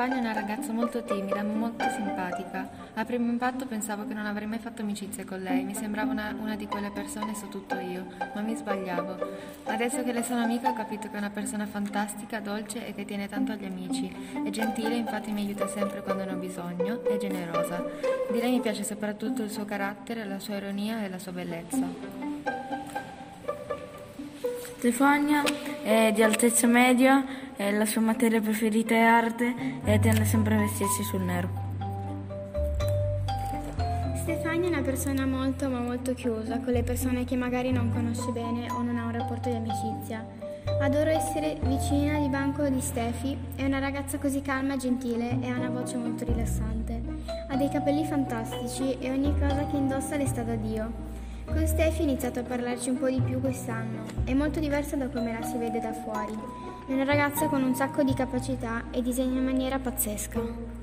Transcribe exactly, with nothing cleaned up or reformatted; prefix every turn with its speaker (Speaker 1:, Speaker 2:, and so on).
Speaker 1: Stefania è una ragazza molto timida, ma molto simpatica. A primo impatto pensavo che non avrei mai fatto amicizia con lei, mi sembrava una, una di quelle persone so tutto io, ma mi sbagliavo. Adesso che le sono amica ho capito che è una persona fantastica, dolce e che tiene tanto agli amici. È gentile, infatti mi aiuta sempre quando ne ho bisogno, è generosa. Di lei mi piace soprattutto il suo carattere, la sua ironia e la sua bellezza.
Speaker 2: Stefania è di altezza media, e la sua materia preferita è arte e tende sempre a vestirsi sul nero.
Speaker 3: Stefania è una persona molto ma molto chiusa con le persone che magari non conosce bene o non ha un rapporto di amicizia. Adoro essere vicina di banco di Stefi, è una ragazza così calma e gentile e ha una voce molto rilassante. Ha dei capelli fantastici e ogni cosa che indossa le sta da Dio. Con Stefi ho iniziato a parlarci un po' di più quest'anno, è molto diversa da come la si vede da fuori. È una ragazza con un sacco di capacità e disegna in maniera pazzesca.